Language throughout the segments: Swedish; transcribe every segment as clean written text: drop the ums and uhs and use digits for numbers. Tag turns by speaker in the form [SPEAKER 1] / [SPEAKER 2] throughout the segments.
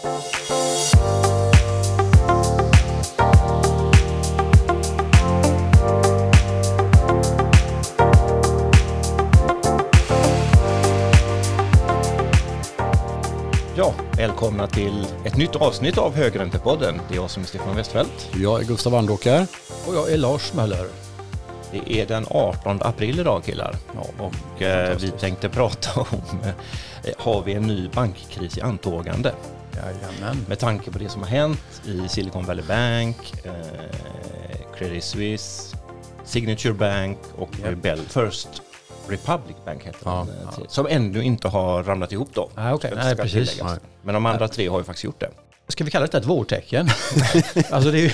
[SPEAKER 1] Ja, välkomna till ett nytt avsnitt av Högräntepodden. Det är jag som är Stefan Westfeldt.
[SPEAKER 2] Jag är Gustav Andåkar.
[SPEAKER 3] Och jag är Lars Möller.
[SPEAKER 1] Det är den 18 april idag, killar.
[SPEAKER 3] Ja,
[SPEAKER 1] och vi tänkte prata om, har vi en ny bankkris i antågande?
[SPEAKER 3] Jajamän.
[SPEAKER 1] Med tanke på det som har hänt i Silicon Valley Bank, Credit Suisse, Signature Bank och First Republic Bank heter den, som ännu inte har ramlat ihop då.
[SPEAKER 3] Nej, precis. Nej.
[SPEAKER 1] Men de andra tre har ju faktiskt gjort det.
[SPEAKER 3] Ska vi kalla det ett vårtecken? Alltså det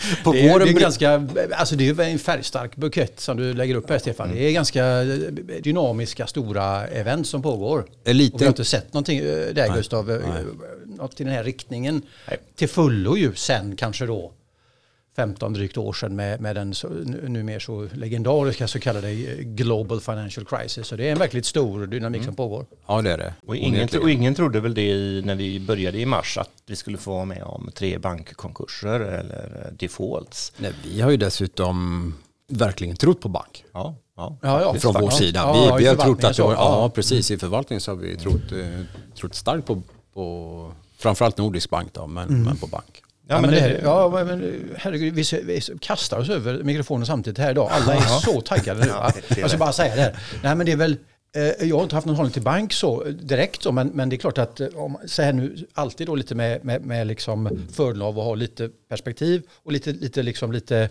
[SPEAKER 3] är en färgstark bukett som du lägger upp här, Stefan. Det är ganska dynamiska, stora event som pågår. Och vi har inte sett någonting där, Gustav, något i den här riktningen. Nej. Till fullo ju sen kanske då 15 drygt år sedan med den numera så legendariska så kallade Global Financial Crisis. Så det är en verkligt stor dynamik som pågår.
[SPEAKER 2] Ja, det är det.
[SPEAKER 1] Och ingen trodde väl det när vi började i mars att vi skulle få vara med om 3 bankkonkurser eller defaults.
[SPEAKER 2] Nej, vi har ju dessutom verkligen trott på bank.
[SPEAKER 1] Ja,
[SPEAKER 2] från vår sida. Vi har trott att precis, i förvaltningen så har vi trott starkt på framförallt Nordisk bank då, men på bank.
[SPEAKER 3] Men herregud, vi kastar oss över mikrofonen samtidigt här idag. Alla är så taggade nu. Jag ska bara säga det. Nej, men det är väl, jag har inte haft någon hållning till bank så direkt så, men det är klart att om så här nu alltid då lite med liksom fördel av att ha lite perspektiv och lite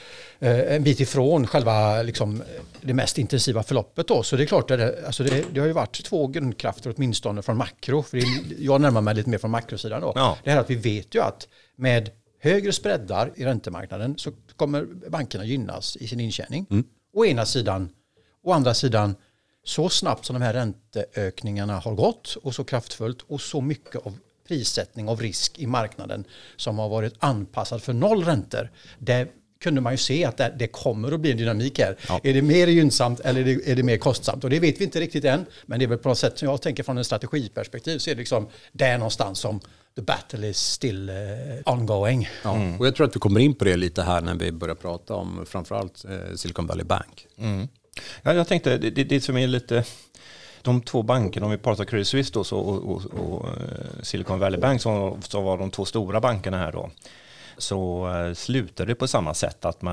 [SPEAKER 3] en bit ifrån själva liksom det mest intensiva förloppet då. Så det är klart att det har ju varit 2 grundkrafter åtminstone från makro. För jag närmar mig lite mer från makrosidan då. Ja. Det här att vi vet ju att med högre spreadar i räntemarknaden så kommer bankerna gynnas i sin intjäning. Å ena sidan. Å andra sidan, så snabbt som de här ränteökningarna har gått och så kraftfullt och så mycket av prissättning av risk i marknaden som har varit anpassad för nollräntor. Det kunde man ju se att det kommer att bli en dynamik här. Ja. Är det mer gynnsamt eller är det mer kostsamt? Och det vet vi inte riktigt än. Men det är väl på något sätt som jag tänker från en strategiperspektiv så är det liksom där någonstans som the battle is still ongoing.
[SPEAKER 2] Ja. Och jag tror att vi kommer in på det lite här när vi börjar prata om framförallt Silicon Valley Bank.
[SPEAKER 1] Ja, jag tänkte det som är lite de 2 bankerna, om vi pratar Credit Suisse då, och Silicon Valley Bank som var de 2 stora bankerna här då. Så slutade det på samma sätt att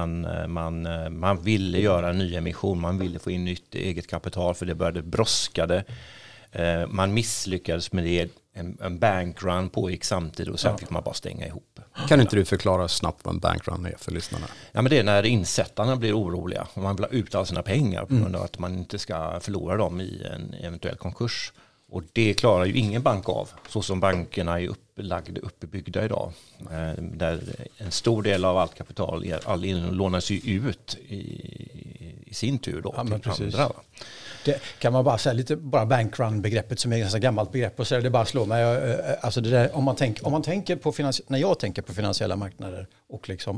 [SPEAKER 1] man ville göra en ny emission, man ville få in nytt eget kapital för det började bråskade. Man misslyckades med det, en bankrun pågick samtidigt och sen fick man bara stänga ihop.
[SPEAKER 2] Kan inte du förklara snabbt vad en bankrun är för lyssnarna?
[SPEAKER 1] Ja, men det är när insättarna blir oroliga och man vill ha ut alla sina pengar på grund av att man inte ska förlora dem i en eventuell konkurs. Och det klarar ju ingen bank av, så som bankerna är uppbyggda idag. Där en stor del av allt kapital, all lånas ju ut i sin tur då till andra.
[SPEAKER 3] Det kan man bara säga lite, bara bankrun-begreppet som är ett ganska gammalt begrepp och så är det bara slå mig. Alltså det där, om man tänker på när jag tänker på finansiella marknader och liksom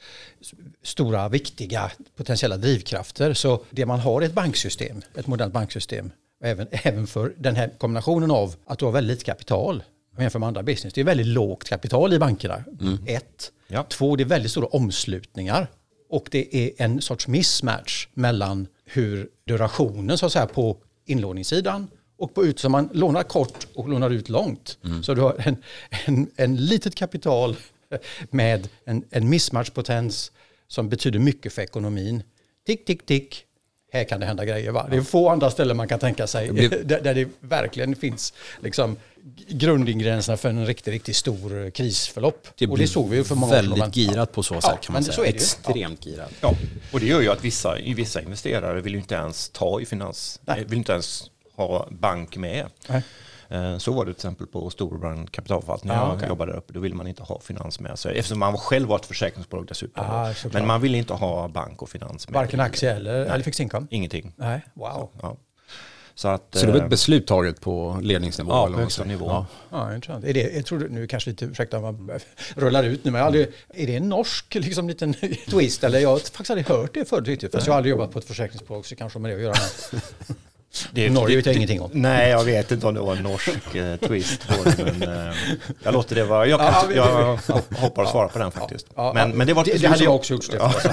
[SPEAKER 3] stora, viktiga potentiella drivkrafter, så det man har är ett banksystem, ett modernt banksystem. Även för den här kombinationen av att du har väldigt kapital jämfört med andra business. Det är väldigt lågt kapital i bankerna. 1. 2. Det är väldigt stora omslutningar. Och det är en sorts mismatch mellan hur durationen så att säga på inlåningssidan och på ut som man lånar kort och lånar ut långt. Så du har en litet kapital med en mismatchpotens som betyder mycket för ekonomin. Tick, tick, tick. Här kan det hända grejer. Va? Det är få andra ställen man kan tänka sig där det verkligen finns liksom grundingredienserna för en riktigt stor krisförlopp. Och det såg vi ju för många år sedan.
[SPEAKER 2] Väldigt girat på så sätt kan man säga.
[SPEAKER 3] Så är det
[SPEAKER 2] extremt girat.
[SPEAKER 1] Ja, och det gör ju att vissa investerare vill ju inte ens vill inte ens ha bank med. Nej. Så var det till exempel på Storebrand kapitalförvaltning. Jag jobbade där uppe, då ville man inte ha finans med sig. Eftersom man själv var ett försäkringsbolag dessutom. Men man ville inte ha bank och finans med.
[SPEAKER 3] Varken aktie eller fixed income?
[SPEAKER 1] Ingenting.
[SPEAKER 3] Nej, wow.
[SPEAKER 1] Så
[SPEAKER 2] det var ett beslut taget på ledningsnivå?
[SPEAKER 1] Ja, på högsta nivå.
[SPEAKER 3] Ja, intressant. Är det, jag tror nu kanske lite, ursäkta man rullar ut nu, men är det en norsk liksom, liten twist? Eller jag har faktiskt aldrig hört det förut riktigt, fast jag har aldrig jobbat på ett försäkringsbolag så kanske med det att göra. Norge vet jag ingenting om.
[SPEAKER 1] Nej, jag vet inte om det var en norsk twist på det, men jag låter det vara. Jag hoppar och svarar på den faktiskt. Men det var
[SPEAKER 3] det hade jag också gjort.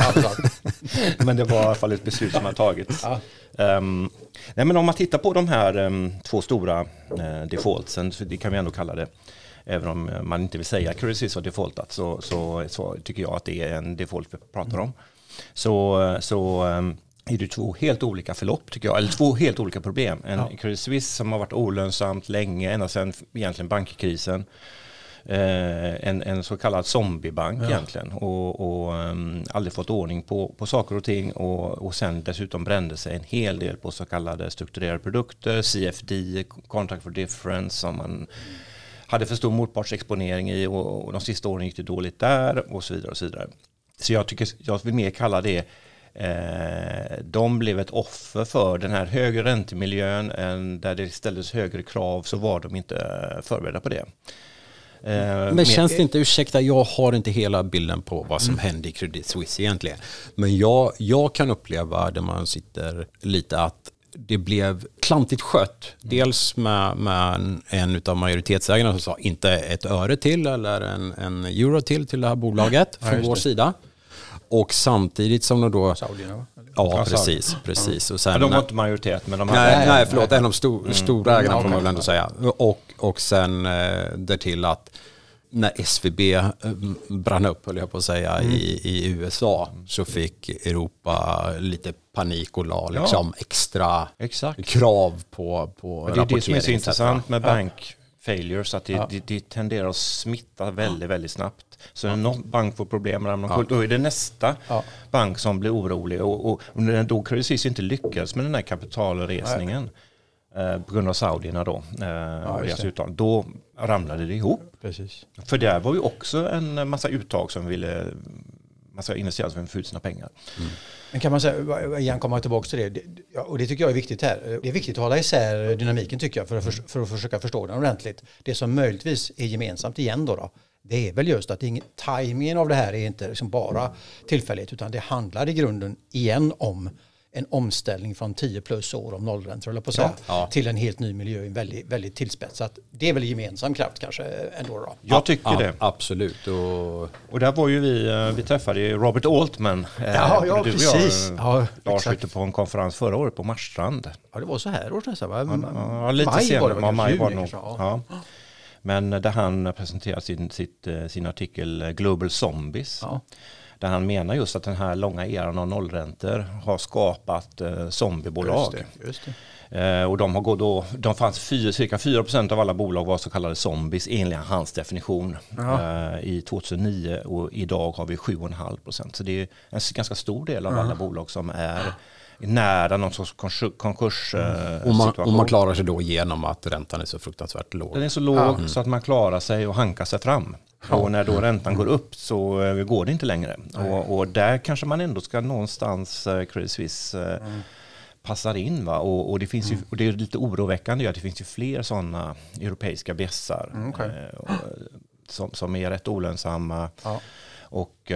[SPEAKER 1] Men det var i alla fall ett beslut som har tagits. Nej, men om man tittar på de här två stora defaultsen, så det kan vi ändå kalla det. Även om man inte vill säga Credit Suisse har defaultat, så tycker jag att det är en default vi pratar om. Så är det två helt olika förlopp, tycker jag. Eller två helt olika problem. En Credit Suisse som har varit olönsamt länge, ända sedan egentligen bankkrisen. En så kallad zombiebank egentligen. Och aldrig fått ordning på saker och ting. Och sen dessutom brände sig en hel del på så kallade strukturerade produkter. CFD, Contract for Difference, som man hade för stor motpartsexponering i, och de sista åren gick det dåligt där och så vidare och så vidare. Så jag vill mer kalla det de blev ett offer för den här högre räntemiljön, där det ställdes högre krav, så var de inte förberedda på det.
[SPEAKER 2] Men känns det inte, ursäkta, jag har inte hela bilden på vad som hände i Credit Suisse egentligen. Men jag kan uppleva där man sitter lite att det blev klantigt skött. Dels med en av majoritetsägarna som sa inte ett öre till eller en euro till det här bolaget från vår sida. Och samtidigt som de då...
[SPEAKER 3] Saudierna, va?
[SPEAKER 2] Ja, precis. Och sen,
[SPEAKER 1] de var inte majoritet, men de
[SPEAKER 2] hade... Nej, förlåt. En av de stora ägarna får man väl ändå säga. Och sen därtill att när SVB brann upp, höll jag på att säga, i USA, så fick Europa lite panik och la liksom extra krav på rapportering.
[SPEAKER 1] Det är det som är så intressant med bank failures, att det tenderar att smitta väldigt, väldigt snabbt. Så när någon bank får problem, då är det nästa bank som blir orolig. Och då Credit Suisse inte lyckas med den här kapitalresningen på grund av saudierna då, då ramlade det ihop.
[SPEAKER 3] Precis.
[SPEAKER 1] För där var ju också en massa uttag som ville massa investerare som vill få ut sina pengar.
[SPEAKER 3] Men kan man säga, igen komma tillbaka till det, och det tycker jag är viktigt här. Det är viktigt att hålla isär dynamiken, tycker jag, för att försöka förstå den ordentligt. Det som möjligtvis är gemensamt igen då, det är väl just att tajmingen av det här är inte liksom bara tillfälligt, utan det handlar i grunden igen om en omställning från 10 plus år om nollräntor, eller på så till en helt ny miljö, en väldigt, väldigt tillspetsat. Det är väl gemensam kraft kanske ändå då?
[SPEAKER 1] Jag tycker det.
[SPEAKER 2] Absolut.
[SPEAKER 1] Och där var ju vi träffade Robert Altman.
[SPEAKER 3] Precis.
[SPEAKER 1] Lars ute på en konferens förra året på Marstrand.
[SPEAKER 3] Ja, det var så här års nästan, va?
[SPEAKER 1] Ja, lite senare. Maj var det nog. Ja. Men där han presenterade sin artikel Global Zombies. Ja. Där han menar just att den här långa eran av nollräntor har skapat zombiebolag.
[SPEAKER 3] Just det.
[SPEAKER 1] Och de fanns cirka 4% av alla bolag var så kallade zombies enligt hans definition i 2009, och idag har vi 7,5%. Så det är en ganska stor del av alla bolag som är nära någon sorts konkurssituation.
[SPEAKER 2] Och man klarar sig då genom att räntan är så fruktansvärt låg.
[SPEAKER 1] Den är så låg så att man klarar sig och hankar sig fram. Och när då räntan går upp så går det inte längre. Och där kanske man ändå ska någonstans Credit Suisse passar in. Va? Och det finns ju, och det är lite oroväckande att det finns ju fler sådana europeiska bjässar som är rätt olönsamma och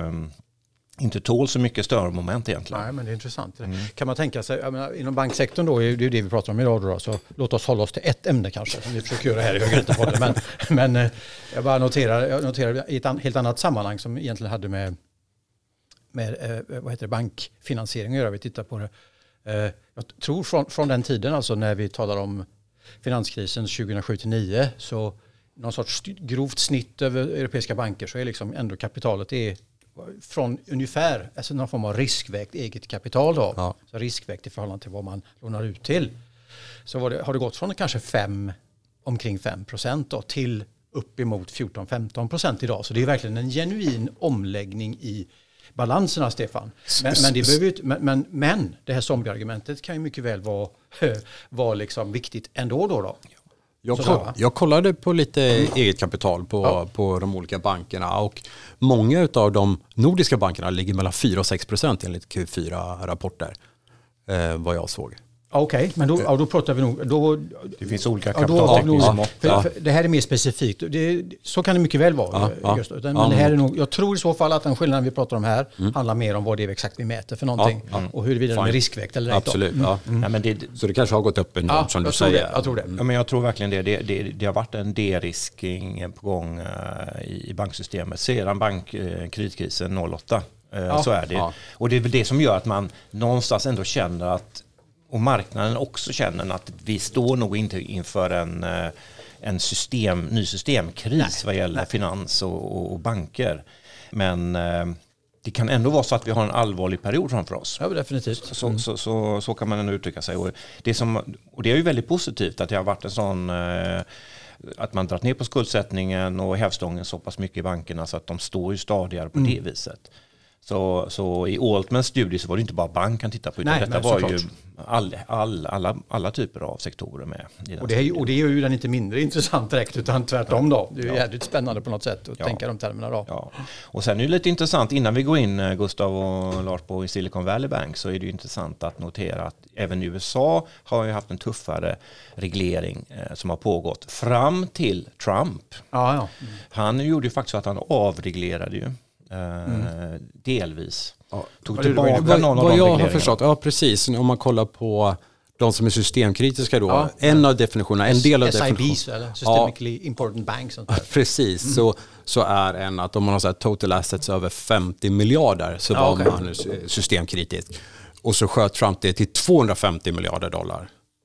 [SPEAKER 1] inte tål så mycket större moment egentligen.
[SPEAKER 3] Nej, men det är intressant. Kan man tänka sig, jag menar, inom banksektorn då, är det ju det vi pratar om idag då, så låt oss hålla oss till ett ämne kanske, som vi försöker göra här i Högre. Men jag bara noterar i ett helt annat sammanhang som egentligen hade med bankfinansiering att göra. Vi tittar på det. Jag tror från den tiden, alltså när vi talar om finanskrisen 2007-2009, så någon sorts grovt snitt över europeiska banker, så är liksom ändå kapitalet är från ungefär, alltså någon form av riskvägt eget kapital då. Ja. Så riskvägt i förhållande till vad man lånar ut till. Så har det gått från kanske omkring 5% då, till uppemot 14-15% idag. Så det är verkligen en genuin omläggning i balanserna, Stefan. Men det här zombieargumentet kan ju mycket väl vara liksom viktigt ändå då.
[SPEAKER 2] Jag kollade på lite eget kapital på de olika bankerna, och många av de nordiska bankerna ligger mellan 4-6% enligt Q4-rapporter, vad jag såg.
[SPEAKER 3] Okej, men då pratar vi nog...
[SPEAKER 1] Det finns olika kapitaltäckningsmått.
[SPEAKER 3] För det här är mer specifikt. Så kan det mycket väl vara. Men det här är nog, jag tror i så fall att den skillnaden vi pratar om här handlar mer om vad det är exakt vi mäter för någonting. Och huruvida det är riskvägt eller inte.
[SPEAKER 2] Absolut. Så det kanske har gått upp enormt som du säger.
[SPEAKER 3] Jag tror det.
[SPEAKER 1] Ja, men jag tror verkligen det har varit en de-risking på gång i banksystemet sedan kreditkrisen 08. Så är det. Och det är väl det som gör att man någonstans ändå känner att, och marknaden också känner att vi står nog inte inför en ny systemkris vad gäller finans och banker. Men det kan ändå vara så att vi har en allvarlig period framför oss.
[SPEAKER 3] Ja, definitivt.
[SPEAKER 1] Så kan man ändå uttrycka sig. Och det är ju väldigt positivt att det har varit en sån... att man dragit ner på skuldsättningen och hävstången så pass mycket i bankerna så att de står ju stadigare på det viset. Så i Altmans studie så var det inte bara banken titta på, utan detta var ju alla typer av sektorer med.
[SPEAKER 3] Och det är ju den inte mindre intressant direkt, utan tvärtom då. Det är ju jävligt spännande på något sätt att tänka de termerna då.
[SPEAKER 1] Ja. Och sen är det lite intressant, innan vi går in, Gustav och Lars, på Silicon Valley Bank, så är det ju intressant att notera att även USA har ju haft en tuffare reglering som har pågått fram till Trump. Han gjorde ju faktiskt att han avreglerade ju. Delvis. Tog tillbaka någon av de
[SPEAKER 2] vad jag har
[SPEAKER 1] regleringarna.
[SPEAKER 2] förstått, precis. Om man kollar på de som är systemkritiska då, en av definitionerna, en del av definitionen.
[SPEAKER 3] SIBs eller Systemically Important Banks.
[SPEAKER 2] Precis, så är en att om man har så här total assets över 50 miljarder så var man systemkritisk. Och så sköt Trump det till 250 miljarder dollar.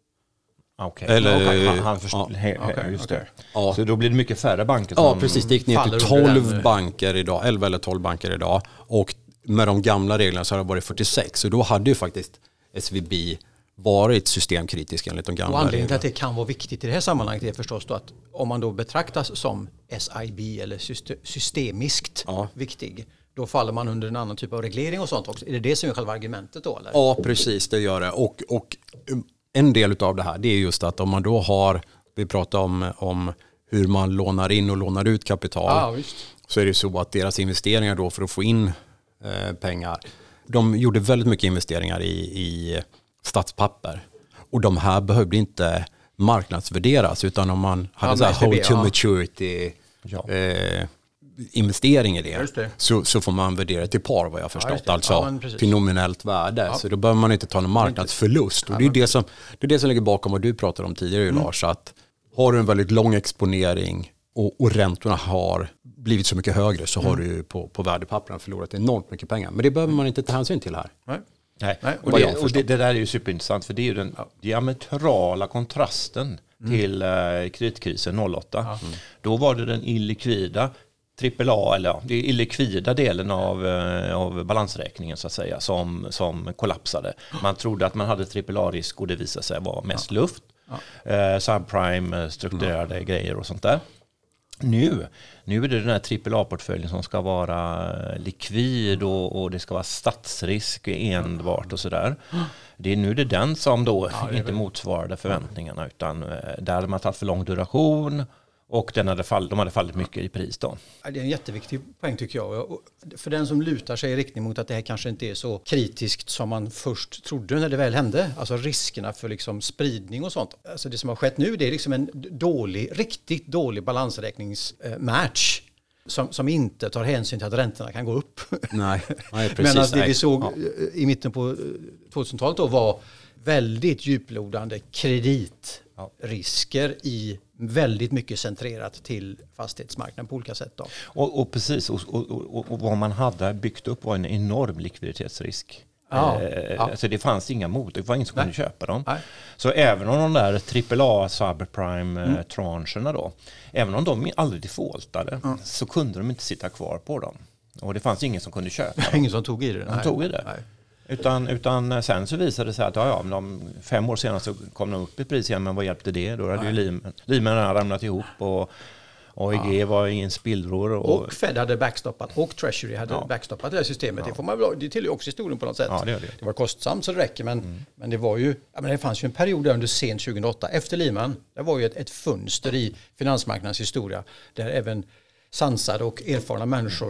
[SPEAKER 1] Just det. Så då blir det mycket färre banker.
[SPEAKER 2] Ja, precis. Det gick ner till 12 banker idag, 11 eller 12 banker idag. Och med de gamla reglerna så har det varit 46. Så då hade ju faktiskt SVB varit systemkritisk enligt de gamla reglerna.
[SPEAKER 3] Och anledningen till att det kan vara viktigt i det här sammanhanget är förstås då att om man då betraktas som SIB eller systemiskt viktig, då faller man under en annan typ av reglering och sånt också. Är det som är själva argumentet då? Eller?
[SPEAKER 2] Ja, precis, det gör det. Och en del av det här, det är just att om man då har, vi pratar om hur man lånar in och lånar ut kapital, så är det så att deras investeringar då för att få in pengar, de gjorde väldigt mycket investeringar i statspapper. Och de här behövde inte marknadsvärderas, utan om man hade så här hold to maturity investering i det. Så får man värdera till par, vad jag förstått, alltså till nominellt värde. Så då behöver man inte ta någon marknadsförlust. Och det är det som ligger bakom vad du pratade om tidigare, Lars, att har du en väldigt lång exponering och räntorna har blivit så mycket högre, så har du på värdepapperna förlorat enormt mycket pengar. Men det behöver man inte ta hänsyn till här.
[SPEAKER 1] Nej. Och det där är ju superintressant, för det är ju den diametrala kontrasten till kreditkrisen 08. Då var det den illikvida AAA, eller det illikvida delen av balansräkningen så att säga, som kollapsade. Man trodde att man hade AAA-risk och det visade sig vara mest luft. Subprime, strukturerade grejer och sånt där. Nu är det den här AAA-portföljen som ska vara likvid och det ska vara statsrisk enbart och sådär. Det är den som då inte motsvarade förväntningarna, utan där hade man tagit för lång duration och de hade fallit mycket i pris då.
[SPEAKER 3] Det är en jätteviktig poäng tycker jag. För den som lutar sig i riktning mot att det här kanske inte är så kritiskt som man först trodde när det väl hände. Alltså riskerna för liksom spridning och sånt. Alltså det som har skett nu, det är liksom en riktigt dålig balansräkningsmatch som inte tar hänsyn till att räntorna kan gå upp.
[SPEAKER 2] Nej, precis.
[SPEAKER 3] Men alltså det vi såg i mitten på 2000-talet då var väldigt djuplodande kreditrisker i väldigt mycket centrerat till fastighetsmarknaden på olika sätt då.
[SPEAKER 1] Och precis, och vad man hade byggt upp var en enorm likviditetsrisk. Alltså det fanns inga det var ingen som kunde köpa dem. Så även om de där AAA subprime trancherna då, även om de aldrig defaultade, så kunde de inte sitta kvar på dem. Och det fanns ingen som kunde köpa dem.
[SPEAKER 3] Ingen som tog i det.
[SPEAKER 1] Utan sen så visade det sig att 5 år senare så kom de upp i pris igen, men vad hjälpte det? Då hade ju Lehman ramlat ihop och AIG var i en spillror.
[SPEAKER 3] Och Fed hade backstoppat och Treasury hade backstoppat det här systemet. Det tillhör också historien på något sätt. Det var kostsamt så det räcker, men det var ju, det fanns ju en period där under sent 2008 efter Lehman. Det var ju ett fönster i finansmarknadens historia där även sansade och erfarna människor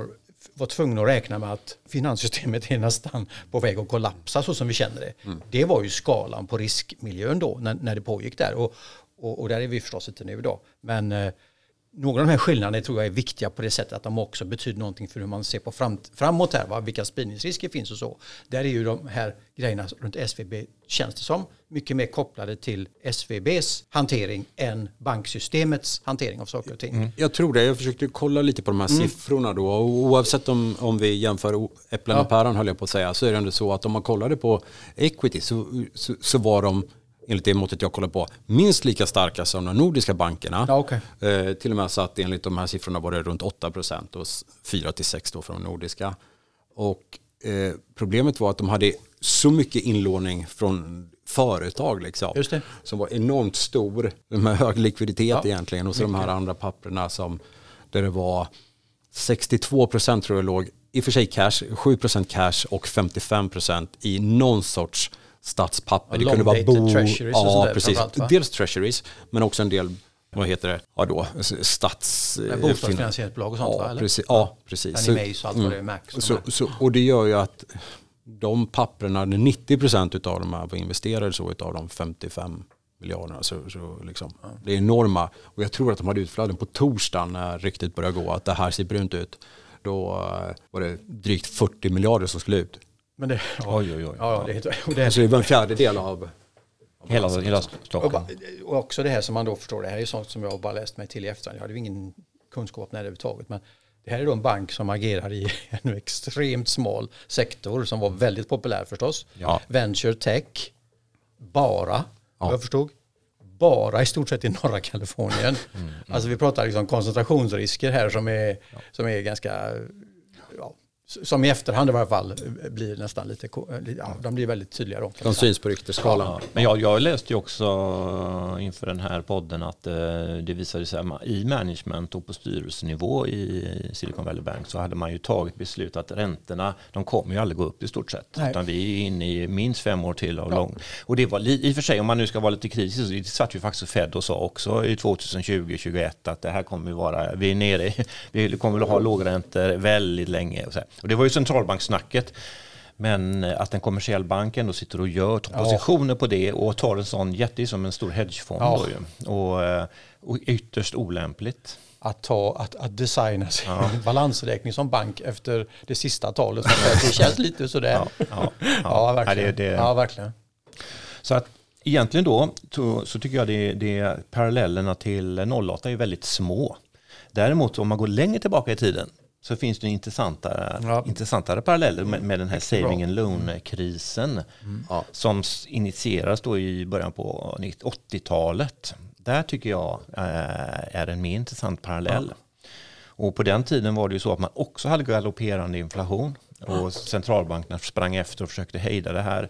[SPEAKER 3] var tvungna att räkna med att finanssystemet är nästan på väg att kollapsa så som vi känner det. Det var ju skalan på riskmiljön då när det pågick där. Och där är vi förstås inte nu då. Men några av de här skillnaderna tror jag är viktiga på det sättet att de också betyder någonting för hur man ser på framåt här. Va? Vilka spridningsrisker finns och så. Där är ju de här grejerna runt SVB, känns det som, mycket mer kopplade till SVBs hantering än banksystemets hantering av saker och ting.
[SPEAKER 2] Jag tror det. Jag försökte kolla lite på de här siffrorna då. Och oavsett om vi jämför äpplen och päron, höll jag på att säga, så är det ändå så att om man kollade på equity så var de, enligt det måttet jag kollar på, minst lika starka som de nordiska bankerna.
[SPEAKER 3] Ja, okay.
[SPEAKER 2] Till och med så att enligt de här siffrorna var det runt 8% och 4-6% då från de nordiska. Och problemet var att de hade så mycket inlåning från företag liksom,
[SPEAKER 3] just det,
[SPEAKER 2] som var enormt stor, med hög likviditet egentligen. Och så de här andra papperna där det var 62% tror jag låg, i och för sig cash, 7% cash och 55% i någon sorts statspapper. Det kunde vara
[SPEAKER 3] treasuries,
[SPEAKER 2] ja, precis. Dels treasuries, men också en del, vad heter det? Ja då,
[SPEAKER 3] bostadsfinansieringsbolag och sånt,
[SPEAKER 2] ja,
[SPEAKER 3] eller?
[SPEAKER 2] Precis, ja, precis.
[SPEAKER 3] Mace och allt vad det är, Max.
[SPEAKER 2] Och det gör ju att de papperna, 90% av de här var investerade så utav de 55 miljarderna. Så liksom, det är enorma. Och jag tror att de hade utflöden på torsdagen när ryktet började gå att det här ser brunt ut. Då var det drygt 40 miljarder som skulle ut.
[SPEAKER 3] Men det,
[SPEAKER 1] oj.
[SPEAKER 3] Ja,
[SPEAKER 2] det var en fjärdedel av
[SPEAKER 1] hela Stockholm.
[SPEAKER 3] Och också det här som man då förstår, det här är sånt som jag bara läst mig till i efterhand. Jag hade ju ingen kunskap när det överhuvudtaget, men det här är då en bank som agerar i en extremt smal sektor som var väldigt populär förstås. Ja. Venture tech, jag förstod, bara i stort sett i norra Kalifornien. Alltså vi pratar liksom koncentrationsrisker här som är ganska, som i efterhand i varje fall blir nästan lite, de blir väldigt tydliga då.
[SPEAKER 2] De syns på ryktesskalan.
[SPEAKER 1] Ja. Men jag läste ju också inför den här podden att det visade sig i management och på styrelsenivå i Silicon Valley Bank så hade man ju tagit beslut att räntorna, de kommer ju aldrig gå upp i stort sett. Nej. Utan vi är inne i minst 5 år till av lång. Och det var i och för sig, om man nu ska vara lite kritisk, så det satt ju faktiskt Fed och sa också i 2020-2021 att det här kommer ju vara, vi är nere, vi kommer att ha lågräntor väldigt länge och så här. Och det var ju centralbanksnacket, men att en kommersiell bank ändå sitter och tar positioner på det och tar en sån jätte som en stor hedgefond då ju. Och ytterst olämpligt.
[SPEAKER 3] Att designa sin balansräkning som bank efter det sista talet. Det känns lite sådär. Ja, verkligen. Ja, verkligen.
[SPEAKER 1] Så att egentligen då så tycker jag det parallellerna till 08 är väldigt små. Däremot om man går längre tillbaka i tiden så finns det intressantare paralleller med den här saving and loan-krisen som initieras då i början på 80-talet. Där tycker jag är en mer intressant parallell. Och på den tiden var det ju så att man också hade galopperande inflation och centralbankerna sprang efter och försökte hejda det här.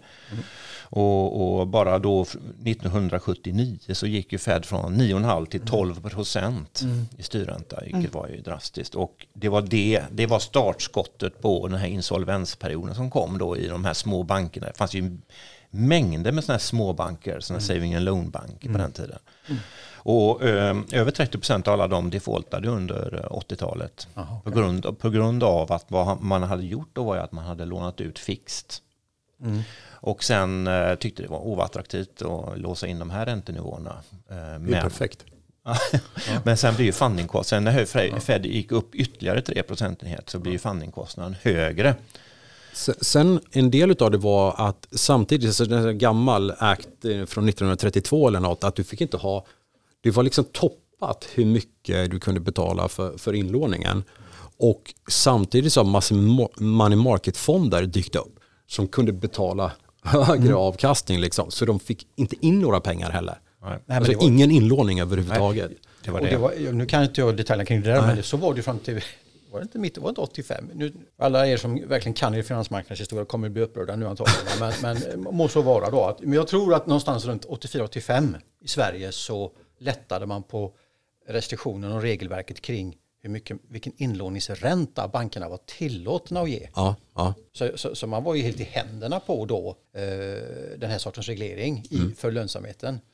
[SPEAKER 1] Och bara då 1979 så gick ju Fed från 9,5 till 12% i styrränta, vilket var ju drastiskt. Och det var startskottet på den här insolvensperioden som kom då i de här små bankerna. Det fanns ju mängder med såna här små banker, såna här saving and loan banker på den tiden. Och över 30% av alla de defaultade under 80-talet. På grund av att vad man hade gjort då var ju att man hade lånat ut fixt. Och sen tyckte det var oattraktivt att låsa in de här räntenivåerna.
[SPEAKER 2] Det är perfekt.
[SPEAKER 1] Men sen blir ju fundingkostnaden, när Fed gick upp ytterligare 3% så blir ju fundingkostnaden högre.
[SPEAKER 2] Sen en del av det var att samtidigt, så den gammal act från 1932 eller något, att du fick inte ha, det var liksom toppat hur mycket du kunde betala för inlåningen. Och samtidigt så har massor money market-fonder dykt upp som kunde betala högre avkastning liksom. Så de fick inte in några pengar heller. Nej, alltså ingen inlåning överhuvudtaget.
[SPEAKER 3] Nu kan inte jag detaljerna kring det där, men så var det fram till, var det inte 85? Nu, alla er som verkligen kan i finansmarknadshistoria kommer bli upprörda nu antagligen. men må så vara då. Men jag tror att någonstans runt 84-85 i Sverige så lättade man på restriktionen och regelverket kring vilken inlåningsränta bankerna var tillåtna att ge. Så man var ju helt i händerna på då den här sortens reglering för lönsamheten.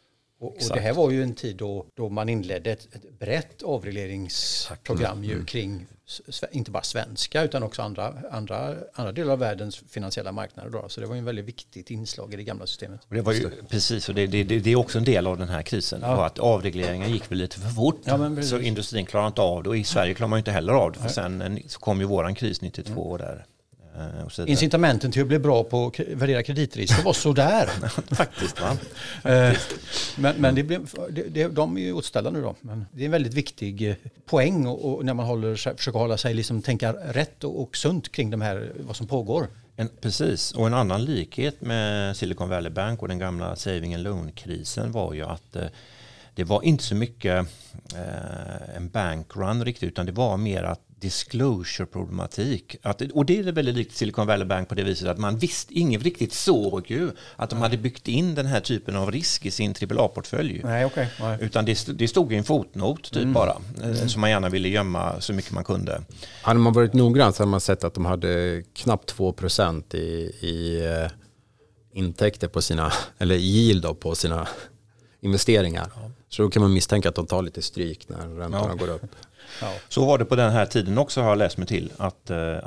[SPEAKER 3] Och det här var ju en tid då man inledde ett brett avregleringsprogram ju kring inte bara svenska utan också andra delar av världens finansiella marknader. Då. Så det var ju en väldigt viktigt inslag i det gamla systemet.
[SPEAKER 1] Och det var ju, precis, och det är också en del av den här krisen. Ja. Att avregleringen gick väl lite för fort. Ja, så industrin klarar inte av det och i Sverige klarar man inte heller av det. För sen så kom ju våran kris 92 där.
[SPEAKER 3] Incitamenten till att bli bra på att värdera kreditrisker var sådär.
[SPEAKER 1] Faktiskt, va?
[SPEAKER 3] Men de är ju åtställda nu då. Men det är en väldigt viktig poäng och när man försöker hålla sig liksom tänka rätt och sunt kring de här, vad som pågår.
[SPEAKER 1] Precis, och en annan likhet med Silicon Valley Bank och den gamla saving and loan-krisen var ju att det var inte så mycket en bankrun riktigt, utan det var mer att disclosure-problematik. Och det är väldigt likt Silicon Valley Bank på det viset att man visste, ingen riktigt såg ju att de hade byggt in den här typen av risk i sin AAA-portfölj.
[SPEAKER 3] Nej.
[SPEAKER 1] Utan det stod i en fotnot typ bara, som man gärna ville gömma så mycket man kunde.
[SPEAKER 2] Hade man varit noggrann så hade man sett att de hade knappt 2% i intäkter på sina, eller yield då, på sina investeringar. Ja. Så då kan man misstänka att de tar lite stryk när räntorna går upp.
[SPEAKER 1] Ja. Så var det på den här tiden också, har jag läst mig till, att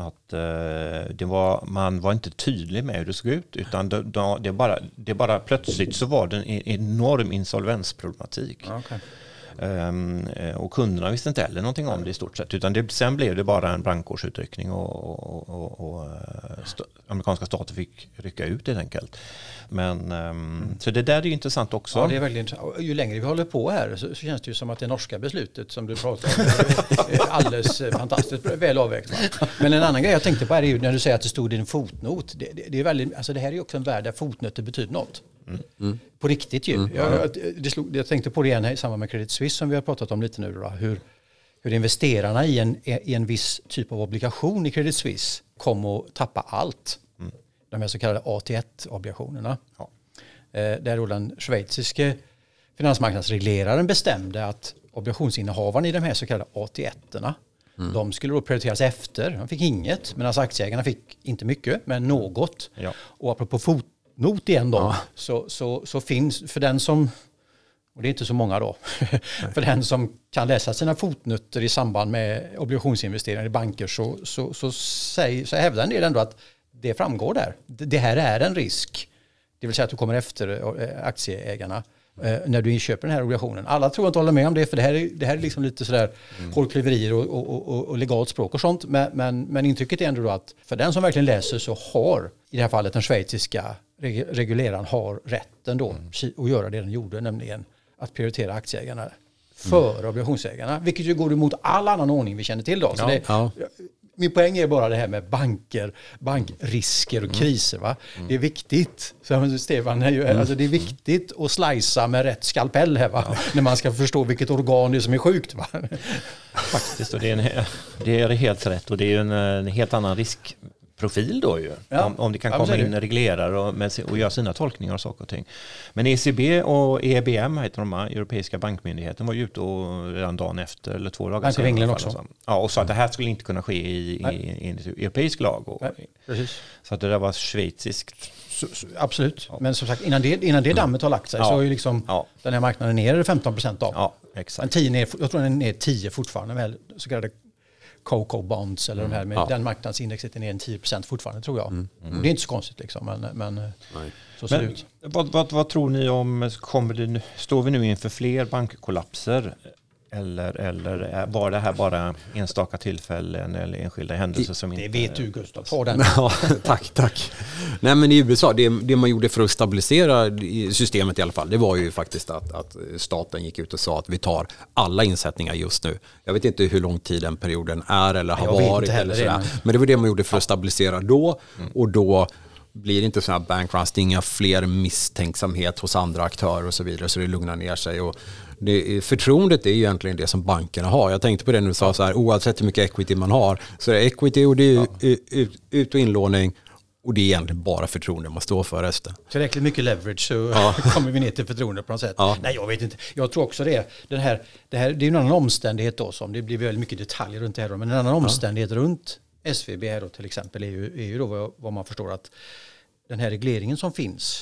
[SPEAKER 1] man var inte tydlig med hur det såg ut, utan det bara plötsligt så var det en enorm insolvensproblematik.
[SPEAKER 3] Okay.
[SPEAKER 1] Och kunderna visste inte heller någonting om det i stort sett, utan sen blev det bara en brandkårsutryckning och amerikanska stater fick rycka ut helt enkelt. Men så det där är ju intressant också.
[SPEAKER 3] Ja, det är väldigt intressant. Ju längre vi håller på här så känns det ju som att det norska beslutet som du pratar om är alldeles fantastiskt väl avvägt. Men en annan grej jag tänkte på är ju när du säger att det stod i en fotnot. Det är väldigt, alltså det här är ju också en värld där fotnoter betyder något. På riktigt ju. Jag tänkte på det igen i samband med Credit Suisse som vi har pratat om lite nu då, hur investerarna i en viss typ av obligation i Credit Suisse kom att tappa allt. De här så kallade AT1-obligationerna. Ja. Där då den schweiziske finansmarknadsregleraren bestämde att obligationsinnehavarna i de här så kallade AT1-erna, de skulle då prioriteras efter. De fick inget, medan aktieägarna fick inte mycket, men något. Ja. Och apropå fotnot igen då, så finns för den som, och det är inte så många då, för den som kan läsa sina fotnoter i samband med obligationsinvesteringar i banker så hävdar en del ändå att det framgår där. Det här är en risk. Det vill säga att du kommer efter aktieägarna när du inköper den här obligationen. Alla tror inte håller med om det, för det här är liksom lite sådär hårklyverier och legalt språk och sånt. Men intrycket är ändå då att för den som verkligen läser så har, i det här fallet den schweiziska reguleraren har rätten då att göra det den gjorde, nämligen att prioritera aktieägarna före obligationsägarna. Vilket ju går emot all annan ordning vi känner till då. Så min poäng är bara det här med bankrisker och kriser. Va? Det är viktigt, som Stefan alltså det är viktigt att slicea med rätt skalpell här, va? När man ska förstå vilket organ det är som är sjukt. Va?
[SPEAKER 1] Faktiskt, och det är helt rätt, och det är ju en helt annan riskprofil då ju. Ja. Om det kan komma in reglerare och göra sina tolkningar och saker och ting. Men ECB och EBM heter de här, Europeiska bankmyndigheten, var ju ute och redan dagen efter eller 2 dagar
[SPEAKER 3] sedan. England också.
[SPEAKER 1] Och sa att det här skulle inte kunna ske i europeisk lag. Så att det där var schweiziskt.
[SPEAKER 3] Absolut. Ja. Men som sagt, innan det dammet har lagt sig så är ju liksom den här marknaden nere 15% av. Ja, exakt. Men jag tror den är 10 fortfarande med så kallade Coco Bonds eller de här med den marknadsindexet är ner 10% fortfarande, tror jag. Och det är inte så konstigt liksom, men så ser det ut.
[SPEAKER 1] Vad tror ni om, står vi nu inför fler bankkollapser? Eller var det här bara enstaka tillfällen eller enskilda händelser som inte...
[SPEAKER 3] Det vet du, Gustav. Ta den.
[SPEAKER 2] Ja, tack. Nej, men i USA, det man gjorde för att stabilisera systemet i alla fall, det var ju faktiskt att staten gick ut och sa att vi tar alla insättningar just nu. Jag vet inte hur lång tid den perioden är eller har varit. Eller sådär. Men det var det man gjorde för att stabilisera då. Och då blir det inte sådana här bankruns, det är inga fler misstänksamhet hos andra aktörer och så vidare, så det lugnar ner sig. Och förtroendet är ju egentligen det som bankerna har. Jag tänkte på det när du sa så här, oavsett hur mycket equity man har, så är det equity och det är ut- och inlåning, och det är egentligen bara förtroende man står för resten.
[SPEAKER 3] Tillräckligt mycket leverage så kommer vi ner till förtroende på något sätt. Ja. Nej, jag vet inte. Jag tror också det. Det är en annan omständighet då, som det blir väldigt mycket detaljer runt det här, men en annan omständighet runt SVB här då, till exempel är ju då vad man förstår att den här regleringen som finns,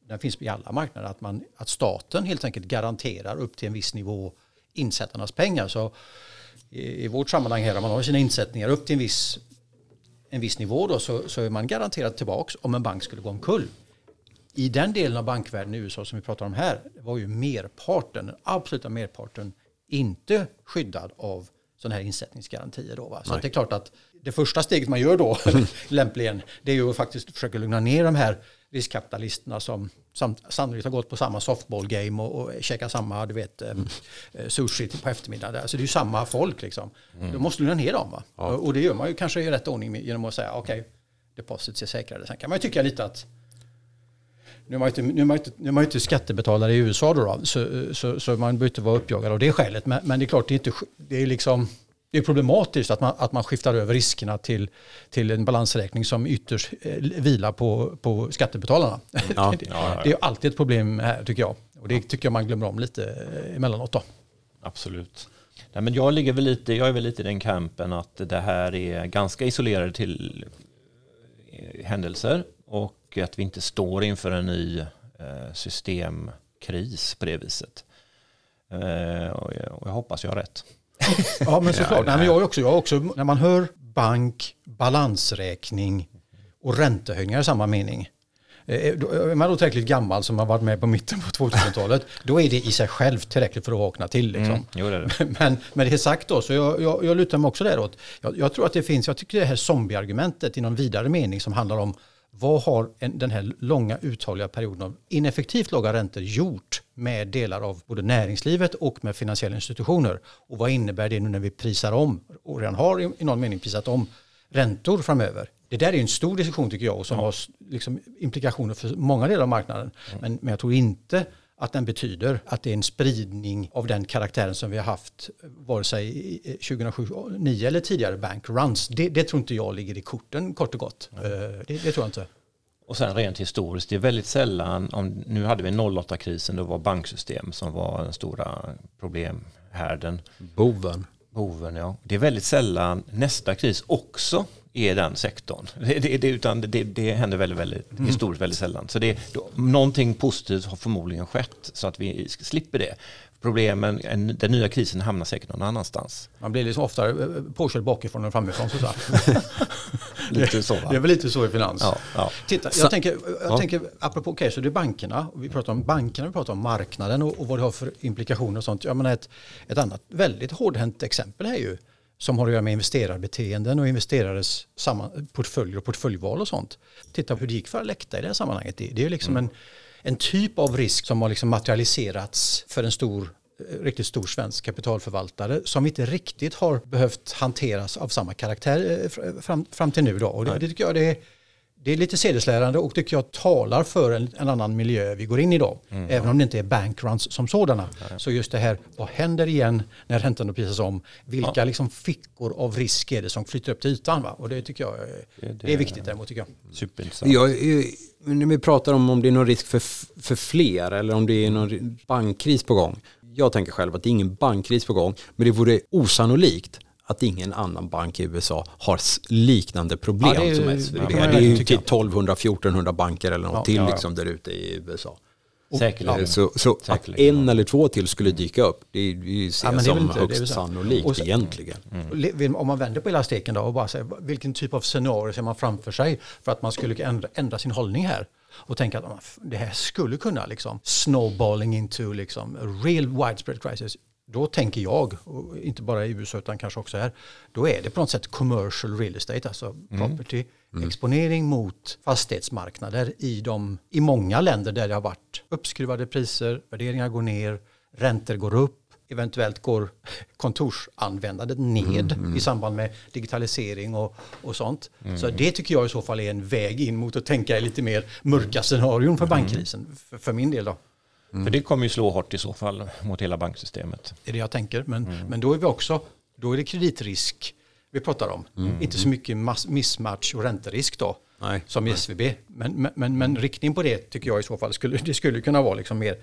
[SPEAKER 3] den finns i alla marknader, att staten helt enkelt garanterar upp till en viss nivå insättarnas pengar. Så i vårt sammanhang här, om man har sina insättningar upp till en viss nivå då, så är man garanterad tillbaks om en bank skulle gå omkull. I den delen av bankvärlden i USA som vi pratar om här var ju den absoluta merparten inte skyddad av sådana här insättningsgarantier då, va? Så att det är klart att det första steget man gör då lämpligen, det är ju att faktiskt försöka lugna ner de här riskkapitalisterna som sannolikt har gått på samma softball-game och käkat samma, sushi på eftermiddagen. Alltså det är ju samma folk liksom. Då måste lugna ner dem, va? Ja. Och det gör man ju kanske i rätt ordning genom att säga okej, deposits är säkrare. Sen kan man ju tycka lite att nu är man inte skattebetalare i USA då, så man behöver inte vara uppjagad av det skälet. Men det är klart, det är problematiskt att man skiftar över riskerna till en balansräkning som ytterst vilar på skattebetalarna. Ja, det är alltid ett problem här, tycker jag. Och det tycker jag man glömmer om lite emellanåt då.
[SPEAKER 1] Absolut. Nej, men jag är väl lite i den kampen att det här är ganska isolerade till händelser och att vi inte står inför en ny systemkris på det viset. Och jag hoppas jag har rätt.
[SPEAKER 3] Ja, men såklart. Nej, men jag också, när man hör bank, balansräkning och räntehöjningar i samma mening. Är man då tillräckligt gammal som har varit med på mitten på 2000-talet, då är det i sig själv tillräckligt för att vakna till. Liksom.
[SPEAKER 1] Jo, det är det.
[SPEAKER 3] Men med det sagt då, så jag lutar mig också däråt. Jag tror att jag tycker det här zombieargumentet i någon vidare mening som handlar om vad har den här långa uthålliga perioden av ineffektivt låga räntor gjort med delar av både näringslivet och med finansiella institutioner? Och vad innebär det nu när vi prisar om och redan har i någon mening prisat om räntor framöver? Det där är en stor diskussion tycker jag och som har liksom implikationer för många delar av marknaden. Men jag tror inte att den betyder att det är en spridning av den karaktären som vi har haft vare sig 2009 eller tidigare bankruns. Det tror inte jag ligger i korten kort och gott. Det tror jag inte.
[SPEAKER 1] Och sen rent historiskt, det är väldigt sällan, nu hade vi 08-krisen, då var banksystem som var den stora problemhärden. Boven, ja. Det är väldigt sällan nästa kris också är den sektorn. Det händer väldigt historiskt väldigt sällan. Så någonting positivt har förmodligen skett så att vi slipper det. Problemen, den nya krisen hamnar säkert någon annanstans.
[SPEAKER 3] Man blir liksom ofta påkörd bakifrån och framifrån. Så
[SPEAKER 1] lite så, va?
[SPEAKER 3] Det är väl lite så i finans.
[SPEAKER 1] Ja.
[SPEAKER 3] Titta, jag tänker apropå så det är bankerna. Vi pratar om bankerna, vi pratar om marknaden och vad det har för implikationer och sånt. Jag menar ett annat väldigt hårdhänt exempel här ju, som har att göra med investerarbeteenden och investerares portföljer och portföljval och sånt. Titta hur det gick för Alecta i det här sammanhanget. Det är ju liksom en typ av risk som har liksom materialiserats för en riktigt stor svensk kapitalförvaltare som inte riktigt har behövt hanteras av samma karaktär fram till nu då. Och det tycker jag det är lite sedeslärande och tycker jag talar för en annan miljö vi går in i då. Även om det inte är bankruns som sådana. Så just det här, vad händer igen när räntan prisas om? Vilka liksom fickor av risk är det som flyttar upp till ytan? Va? Och det tycker jag det är viktigt däremot tycker jag.
[SPEAKER 1] Superintressant.
[SPEAKER 2] När vi pratar om det är någon risk för fler eller om det är någon bankkris på gång. Jag tänker själv att det är ingen bankkris på gång, men det vore osannolikt att ingen annan bank i USA har liknande problem som SVB. Det är ju typ 1200-1400 banker eller något till liksom där ute i USA.
[SPEAKER 1] Säkerligen.
[SPEAKER 2] Så att en eller två till skulle dyka upp, det ser som högst sannolikt egentligen.
[SPEAKER 3] Om man vänder på hela steken då och bara säger vilken typ av scenario ser man framför sig för att man skulle ändra sin hållning här och tänka att det här skulle kunna liksom snowballing into liksom a real widespread crisis. Då tänker jag, och inte bara i USA utan kanske också här, då är det på något sätt commercial real estate, alltså property, exponering mot fastighetsmarknader i många länder där det har varit uppskruvade priser, värderingar går ner, räntor går upp, eventuellt går kontorsanvändandet ned i samband med digitalisering och sånt. Så det tycker jag i så fall är en väg in mot att tänka lite mer mörka scenarion för bankkrisen, för min del då.
[SPEAKER 1] För det kommer ju slå hårt i så fall mot hela banksystemet.
[SPEAKER 3] Det är det jag tänker. Men då är det kreditrisk vi pratar om. Inte så mycket mismatch och ränterisk då.
[SPEAKER 2] Nej.
[SPEAKER 3] Som i SVB. Men riktning på det tycker jag i så fall skulle kunna vara liksom mer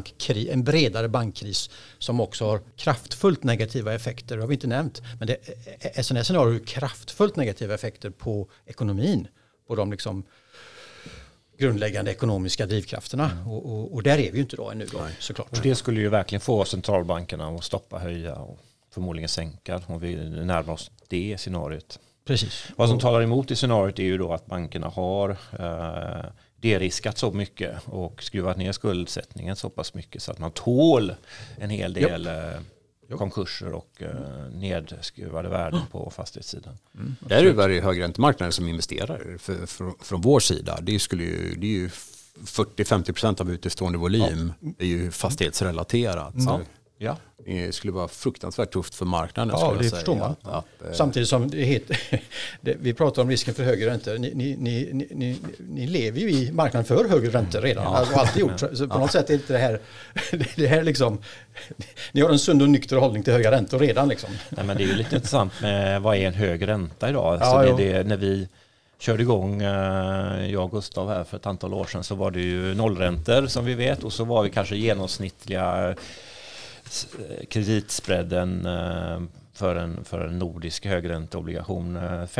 [SPEAKER 3] en bredare bankkris som också har kraftfullt negativa effekter. Det har vi inte nämnt. Men SNS har ju kraftfullt negativa effekter på ekonomin. På de liksom grundläggande ekonomiska drivkrafterna. Och där är vi ju inte då ännu då, såklart.
[SPEAKER 1] Och det skulle ju verkligen få centralbankerna att stoppa, höja och förmodligen sänka om vi närmar oss det scenariot.
[SPEAKER 3] Precis.
[SPEAKER 1] Vad som talar emot i scenariot är ju då att bankerna har deriskat så mycket och skruvat ner skuldsättningen så pass mycket så att man tål en hel del konkurser och nedskruvade värden på fastighetssidan.
[SPEAKER 2] Det är ju varje högräntemarknaden som investerar från vår sida. Det är ju 40-50% av utestående volym är ju fastighetsrelaterat.
[SPEAKER 1] Ja.
[SPEAKER 2] Det skulle vara fruktansvärt tufft för marknaden.
[SPEAKER 3] Ja, det förstår man. Samtidigt som vi pratar om risken för högre räntor. Ni lever ju i marknaden för högre räntor redan. Alltså, alltid gjort. Så på något sätt är inte det här liksom... Ni har en sund och nykter hållning till höga räntor redan. Liksom.
[SPEAKER 1] Nej, men det är ju lite intressant med vad är en hög ränta idag. Så det när vi körde igång, jag och Gustav här för ett antal år sedan, så var det ju nollräntor som vi vet. Och så var vi kanske genomsnittliga kreditspreaden för en nordisk högränteobligation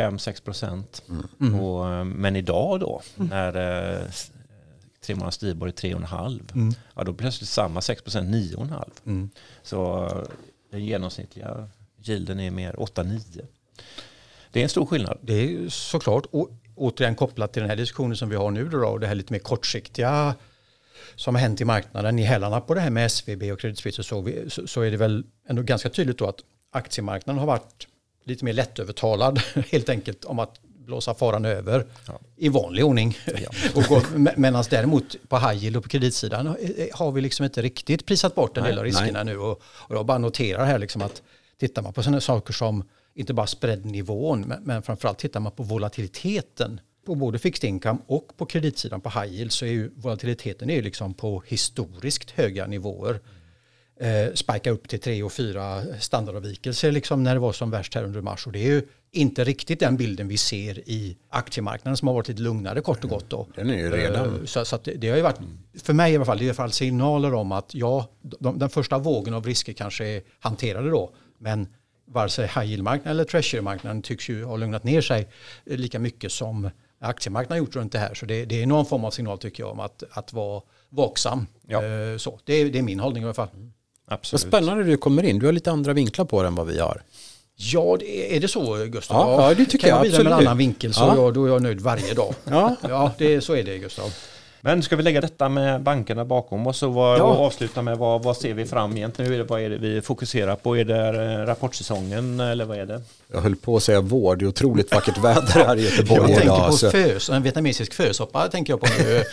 [SPEAKER 1] 5-6%. Men idag då, när 3 månaders Stibor är 3,5, då plötsligt samma 6% 9,5. Så den genomsnittliga yielden är mer 8-9. Det är en stor skillnad.
[SPEAKER 3] Det är såklart. Och återigen kopplat till den här diskussionen som vi har nu då, och det här lite mer kortsiktiga som har hänt i marknaden, i hälarna på det här med SVB och Credit Suisse, så är det väl ändå ganska tydligt då att aktiemarknaden har varit lite mer lättövertalad helt enkelt om att blåsa faran över i vanlig ordning. Medan däremot på high yield och på kreditsidan har vi liksom inte riktigt prisat bort en del av riskerna nu. Och jag bara noterar här liksom att tittar man på sådana saker som inte bara spreadnivån, men framförallt tittar man på volatiliteten på både fixed income och på kreditsidan på high yield, så är ju volatiliteten är ju liksom på historiskt höga nivåer. Spikar upp till 3 och 4 standardavvikelser liksom när det var som värst här under mars, och det är ju inte riktigt den bilden vi ser i aktiemarknaden som har varit lite lugnare kort och gott då.
[SPEAKER 2] Den är ju redan.
[SPEAKER 3] Så att det har ju varit, för mig i alla fall, det är i alla fall signaler om att den första vågen av risker kanske är hanterade då, men vare sig high yield-marknaden eller treasury-marknaden tycks ju ha lugnat ner sig lika mycket som aktiemarknaden gjort runt det här. Så det är någon form av signal tycker jag om att vara vaksam. Så, det är min hållning i alla fall.
[SPEAKER 2] Absolut. Vad spännande du kommer in. Du har lite andra vinklar på det än vad vi har.
[SPEAKER 3] Ja, är det så, Gustav?
[SPEAKER 2] Ja, det tycker jag absolut.
[SPEAKER 3] Med en annan vinkel så då är jag nöjd varje dag. Så är det, Gustav.
[SPEAKER 1] Men ska vi lägga detta med bankerna bakom oss och avsluta med vad ser vi fram egentligen? Vad är det vi fokuserar på? Är det rapportsäsongen eller vad är det?
[SPEAKER 2] Jag höll på att säga vård. Det är otroligt vackert väder här i Göteborg.
[SPEAKER 3] Jag tänker på en vietnamesisk fösoppa tänker jag på nu.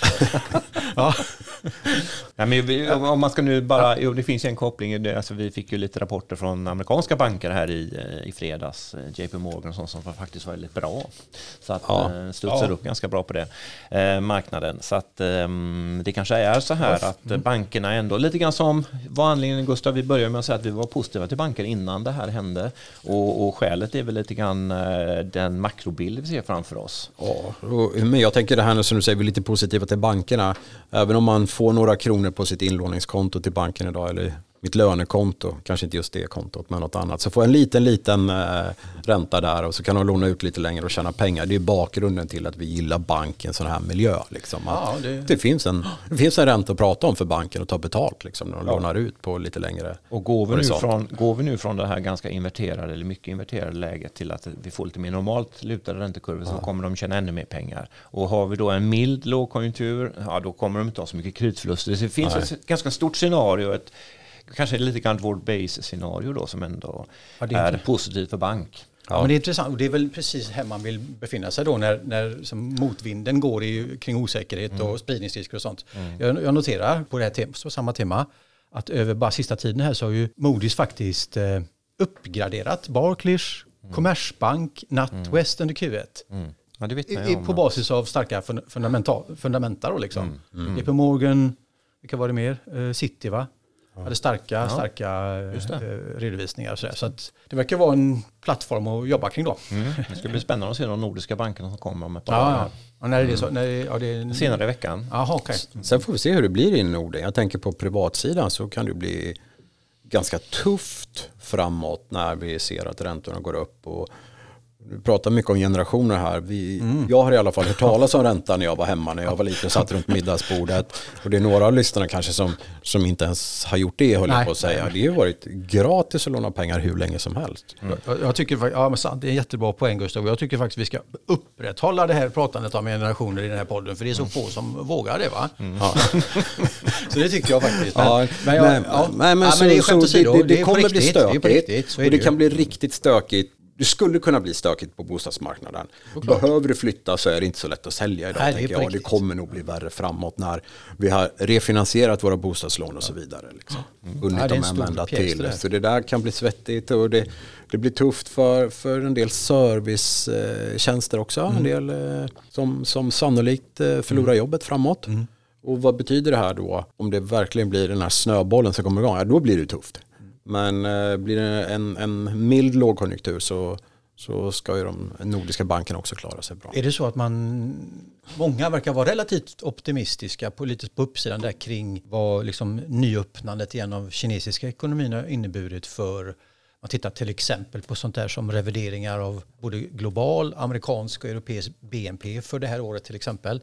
[SPEAKER 1] Nej, men om man ska nu bara, det finns ju en koppling. Alltså vi fick ju lite rapporter från amerikanska banker här i fredags. JP Morgan och sånt som faktiskt var väldigt bra. Så att studsar upp ganska bra på det marknaden. Så att det kanske är så här att bankerna ändå, lite grann som var anledningen, Gustav, vi började med att säga att vi var positiva till banker innan det här hände. Och skälet är väl lite grann den makrobild vi ser framför oss.
[SPEAKER 2] Men jag tänker det här som du säger, vi är lite positiva till bankerna. Även om man får några kronor på sitt inlåningskonto till banken idag, eller mitt lönekonto, kanske inte just det kontot men något annat, så får jag en liten ränta där och så kan de låna ut lite längre och tjäna pengar. Det är bakgrunden till att vi gillar banken, sån här miljö. Liksom. Det finns en ränta att prata om för banken och ta betalt liksom, när de lånar ut på lite längre.
[SPEAKER 1] Och går vi nu från det här ganska inverterade eller mycket inverterade läget till att vi får lite mer normalt lutade räntekurvor, så kommer de tjäna ännu mer pengar. Och har vi då en mild lågkonjunktur, då kommer de inte ha så mycket kreditförluster. Så det finns ett ganska stort scenario, kanske lite grann vårt base-scenario då, som ändå är positivt för bank.
[SPEAKER 3] Ja, men det är intressant, och det är väl precis här man vill befinna sig då när som motvinden går kring osäkerhet och spridningsrisker och sånt. Jag noterar på det här samma tema att över bara sista tiden här så har ju Moody's faktiskt uppgraderat Barclays, Commerzbank, NatWest under Q1.
[SPEAKER 1] Ja, det vet man
[SPEAKER 3] på basis av starka fundamenta då liksom. JP Morgan, vilka var det mer? City, va? Hade starka redovisningar. Så att det verkar vara en plattform att jobba kring då.
[SPEAKER 1] Det ska bli spännande att se de nordiska bankerna som kommer om ett par år.
[SPEAKER 3] När är det så?
[SPEAKER 1] Senare i veckan.
[SPEAKER 3] Okay.
[SPEAKER 2] Sen får vi se hur det blir i Norden. Jag tänker på privatsidan så kan det bli ganska tufft framåt när vi ser att räntorna går upp och Vi pratar mycket om generationer här. Jag har i alla fall hört talas om räntan när jag var hemma, när jag var liten och satt runt middagsbordet. Och det är några av lyssnarna kanske som inte ens har gjort det, höll jag på att säga. Det har ju varit gratis att låna pengar hur länge som helst.
[SPEAKER 3] Jag tycker, men sant, det är en jättebra poäng, Gustav. Jag tycker faktiskt vi ska upprätthålla det här pratandet om generationer i den här podden, för det är så få som vågar det, va? Ja. Så det tycker jag faktiskt.
[SPEAKER 2] Det kommer bli stökigt och det kan bli riktigt stökigt. Det skulle kunna bli stökigt på bostadsmarknaden. Behöver du flytta så är det inte så lätt att sälja idag. Nej, det kommer nog bli värre framåt när vi har refinansierat våra bostadslån och så vidare. Liksom. Hunnit dem använda till. Så det där kan bli svettigt och det blir tufft för en del servicetjänster också. En del som sannolikt förlorar jobbet framåt. Och vad betyder det här då? Om det verkligen blir den här snöbollen som kommer igång, ja, då blir det tufft. Men blir det en mild lågkonjunktur så ska ju de nordiska bankerna också klara sig bra.
[SPEAKER 3] Är det så att många verkar vara relativt optimistiska på uppsidan där kring vad liksom nyöppnandet igen av kinesiska ekonomin har inneburit för, man tittar till exempel på sånt där som revideringar av både global, amerikansk och europeisk BNP för det här året till exempel.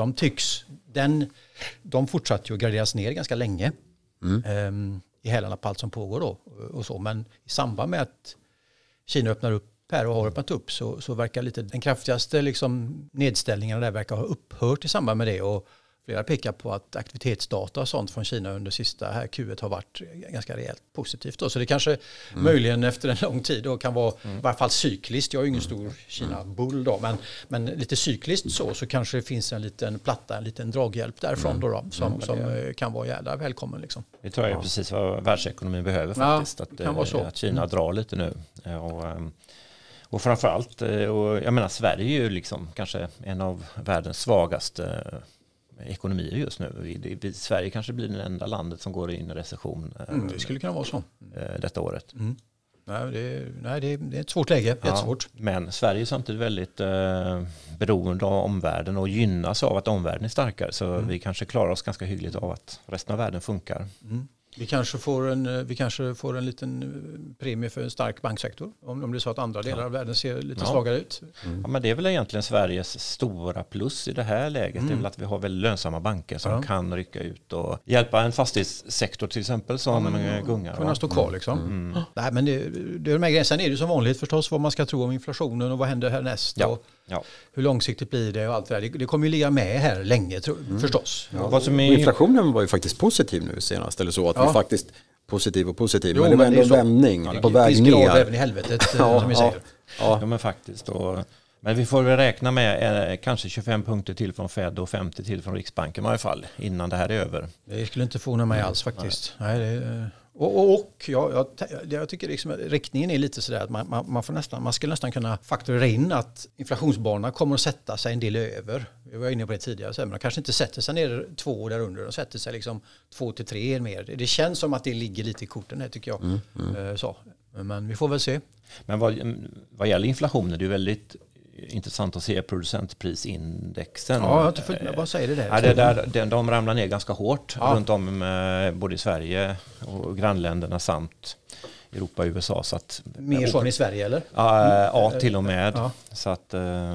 [SPEAKER 3] De fortsatte ju att graderas ner ganska länge. I hälarna på allt som pågår då och så, men i samband med att Kina öppnar upp här och har öppnat upp så verkar lite den kraftigaste liksom nedställningen där verkar ha upphört i samband med det, och flera pekar på att aktivitetsdata och sånt från Kina under sista här Q1 har varit ganska rejält positivt då. Så det kanske möjligen efter en lång tid då kan vara i varje fall cykliskt. Jag är ju ingen stor Kina-bull då, men lite cykliskt så kanske det finns en liten platta, en liten draghjälp därifrån då som kan vara jävla välkommen liksom.
[SPEAKER 1] Det tror jag är precis vad världsekonomin behöver faktiskt, att Kina drar lite nu. Och framförallt, och jag menar Sverige är ju liksom kanske en av världens svagaste ekonomier just nu. Sverige kanske blir det enda landet som går in i recession.
[SPEAKER 3] Det skulle kunna vara så.
[SPEAKER 1] Detta året.
[SPEAKER 3] Nej, det är ett svårt läge. Jättesvårt.
[SPEAKER 1] Men Sverige är samtidigt väldigt beroende av omvärlden och gynnas av att omvärlden är starkare. Så vi kanske klarar oss ganska hyggligt av att resten av världen funkar.
[SPEAKER 3] Vi kanske får en liten premie för en stark banksektor om det är så att andra delar av världen ser lite svagare ut.
[SPEAKER 1] Ja, men det är väl egentligen Sveriges stora plus i det här läget. Det är väl att vi har väldigt lönsamma banker som kan rycka ut och hjälpa en fastighetssektor till exempel som gungar.
[SPEAKER 3] Kunna stå kvar liksom. Nej, men det är de här grejerna. Sen är det som vanligt förstås vad man ska tro om inflationen och vad händer härnäst och hur långsiktigt blir det och allt det där. Det kommer ju ligga med här länge förstås.
[SPEAKER 2] Ja. Inflationen var ju faktiskt positiv nu senast, eller så att vi faktiskt positiv, men det var ändå en vändning på väg ner.
[SPEAKER 3] Även i helvetet som vi säger.
[SPEAKER 1] Ja, men faktiskt. Men vi får väl räkna med kanske 25 punkter till från Fed och 50 till från Riksbanken i varje fall innan det här är över.
[SPEAKER 3] Det skulle inte förvåna mig alls faktiskt. Nej, jag tycker liksom att riktningen är lite sådär att man skulle nästan kunna fakturera in att inflationsbanorna kommer att sätta sig en del över. Vi var inne på det tidigare, så man kanske inte sätter sig ner 2 där under, de sätter sig liksom 2 till 3 mer. Det känns som att det ligger lite i korten här tycker jag. Så. Men vi får väl se. Men
[SPEAKER 1] vad gäller inflationen, det är väldigt intressant att se producentprisindexen.
[SPEAKER 3] Ja, vad säger det där?
[SPEAKER 1] De ramlar ner ganska hårt runt om både i Sverige och grannländerna samt Europa och USA. Så att,
[SPEAKER 3] mer så i Sverige eller?
[SPEAKER 1] Ja, till och med. Ja. Så att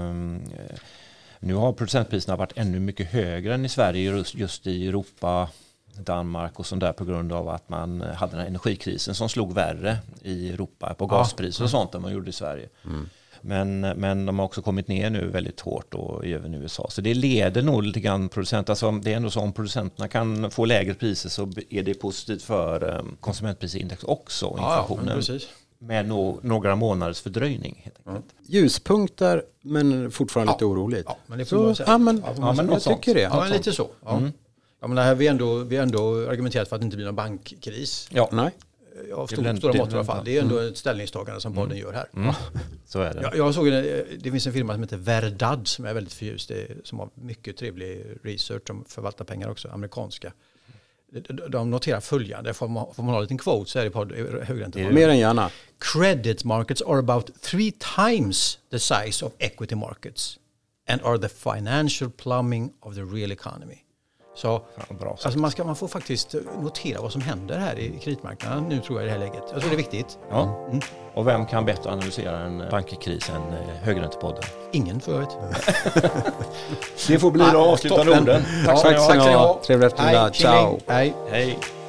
[SPEAKER 1] nu har producentpriserna varit ännu mycket högre än i Sverige just i Europa, Danmark och sånt där på grund av att man hade den här energikrisen som slog värre i Europa på gaspriser och sånt än man gjorde i Sverige. Men de har också kommit ner nu väldigt hårt och även i USA. Så det leder nog lite grann producenter. Alltså det är ändå så om producenterna kan få lägre priser så är det positivt för konsumentprisindex också och inflationen. Med några månaders fördröjning helt enkelt.
[SPEAKER 2] Ljuspunkter men fortfarande lite oroligt.
[SPEAKER 3] Ja, men det får man säga.
[SPEAKER 2] Men jag tycker det.
[SPEAKER 3] Ja, men lite så. Ja. Ja, men det här, vi har ändå argumenterat för att det inte blir någon bankkris.
[SPEAKER 2] Ja, nej.
[SPEAKER 3] Av stora mått i alla fall. Det är ändå ett ställningstagande som podden gör här.
[SPEAKER 1] Så är det.
[SPEAKER 3] Jag såg det finns en firma som heter Verdad som är väldigt förtjust, som har mycket trevlig research, som förvaltar pengar också, amerikanska. De noterar följande, får man ha en liten quote så är det på högränta.
[SPEAKER 2] Mer än gärna.
[SPEAKER 3] Credit markets are about 3 times the size of equity markets and are the financial plumbing of the real economy. Så
[SPEAKER 1] bra
[SPEAKER 3] alltså man får faktiskt notera vad som händer här i kreditmarknaden nu, tror jag, i det här läget. Jag tror det är viktigt.
[SPEAKER 1] Ja. Och vem kan bättre analysera en bankkris än Högräntepodden?
[SPEAKER 3] Ingen förut.
[SPEAKER 1] Det får bli de avslutande orden.
[SPEAKER 2] Tack så mycket. Trevlig eftermiddag. Ciao.
[SPEAKER 3] Hej.
[SPEAKER 1] Hej.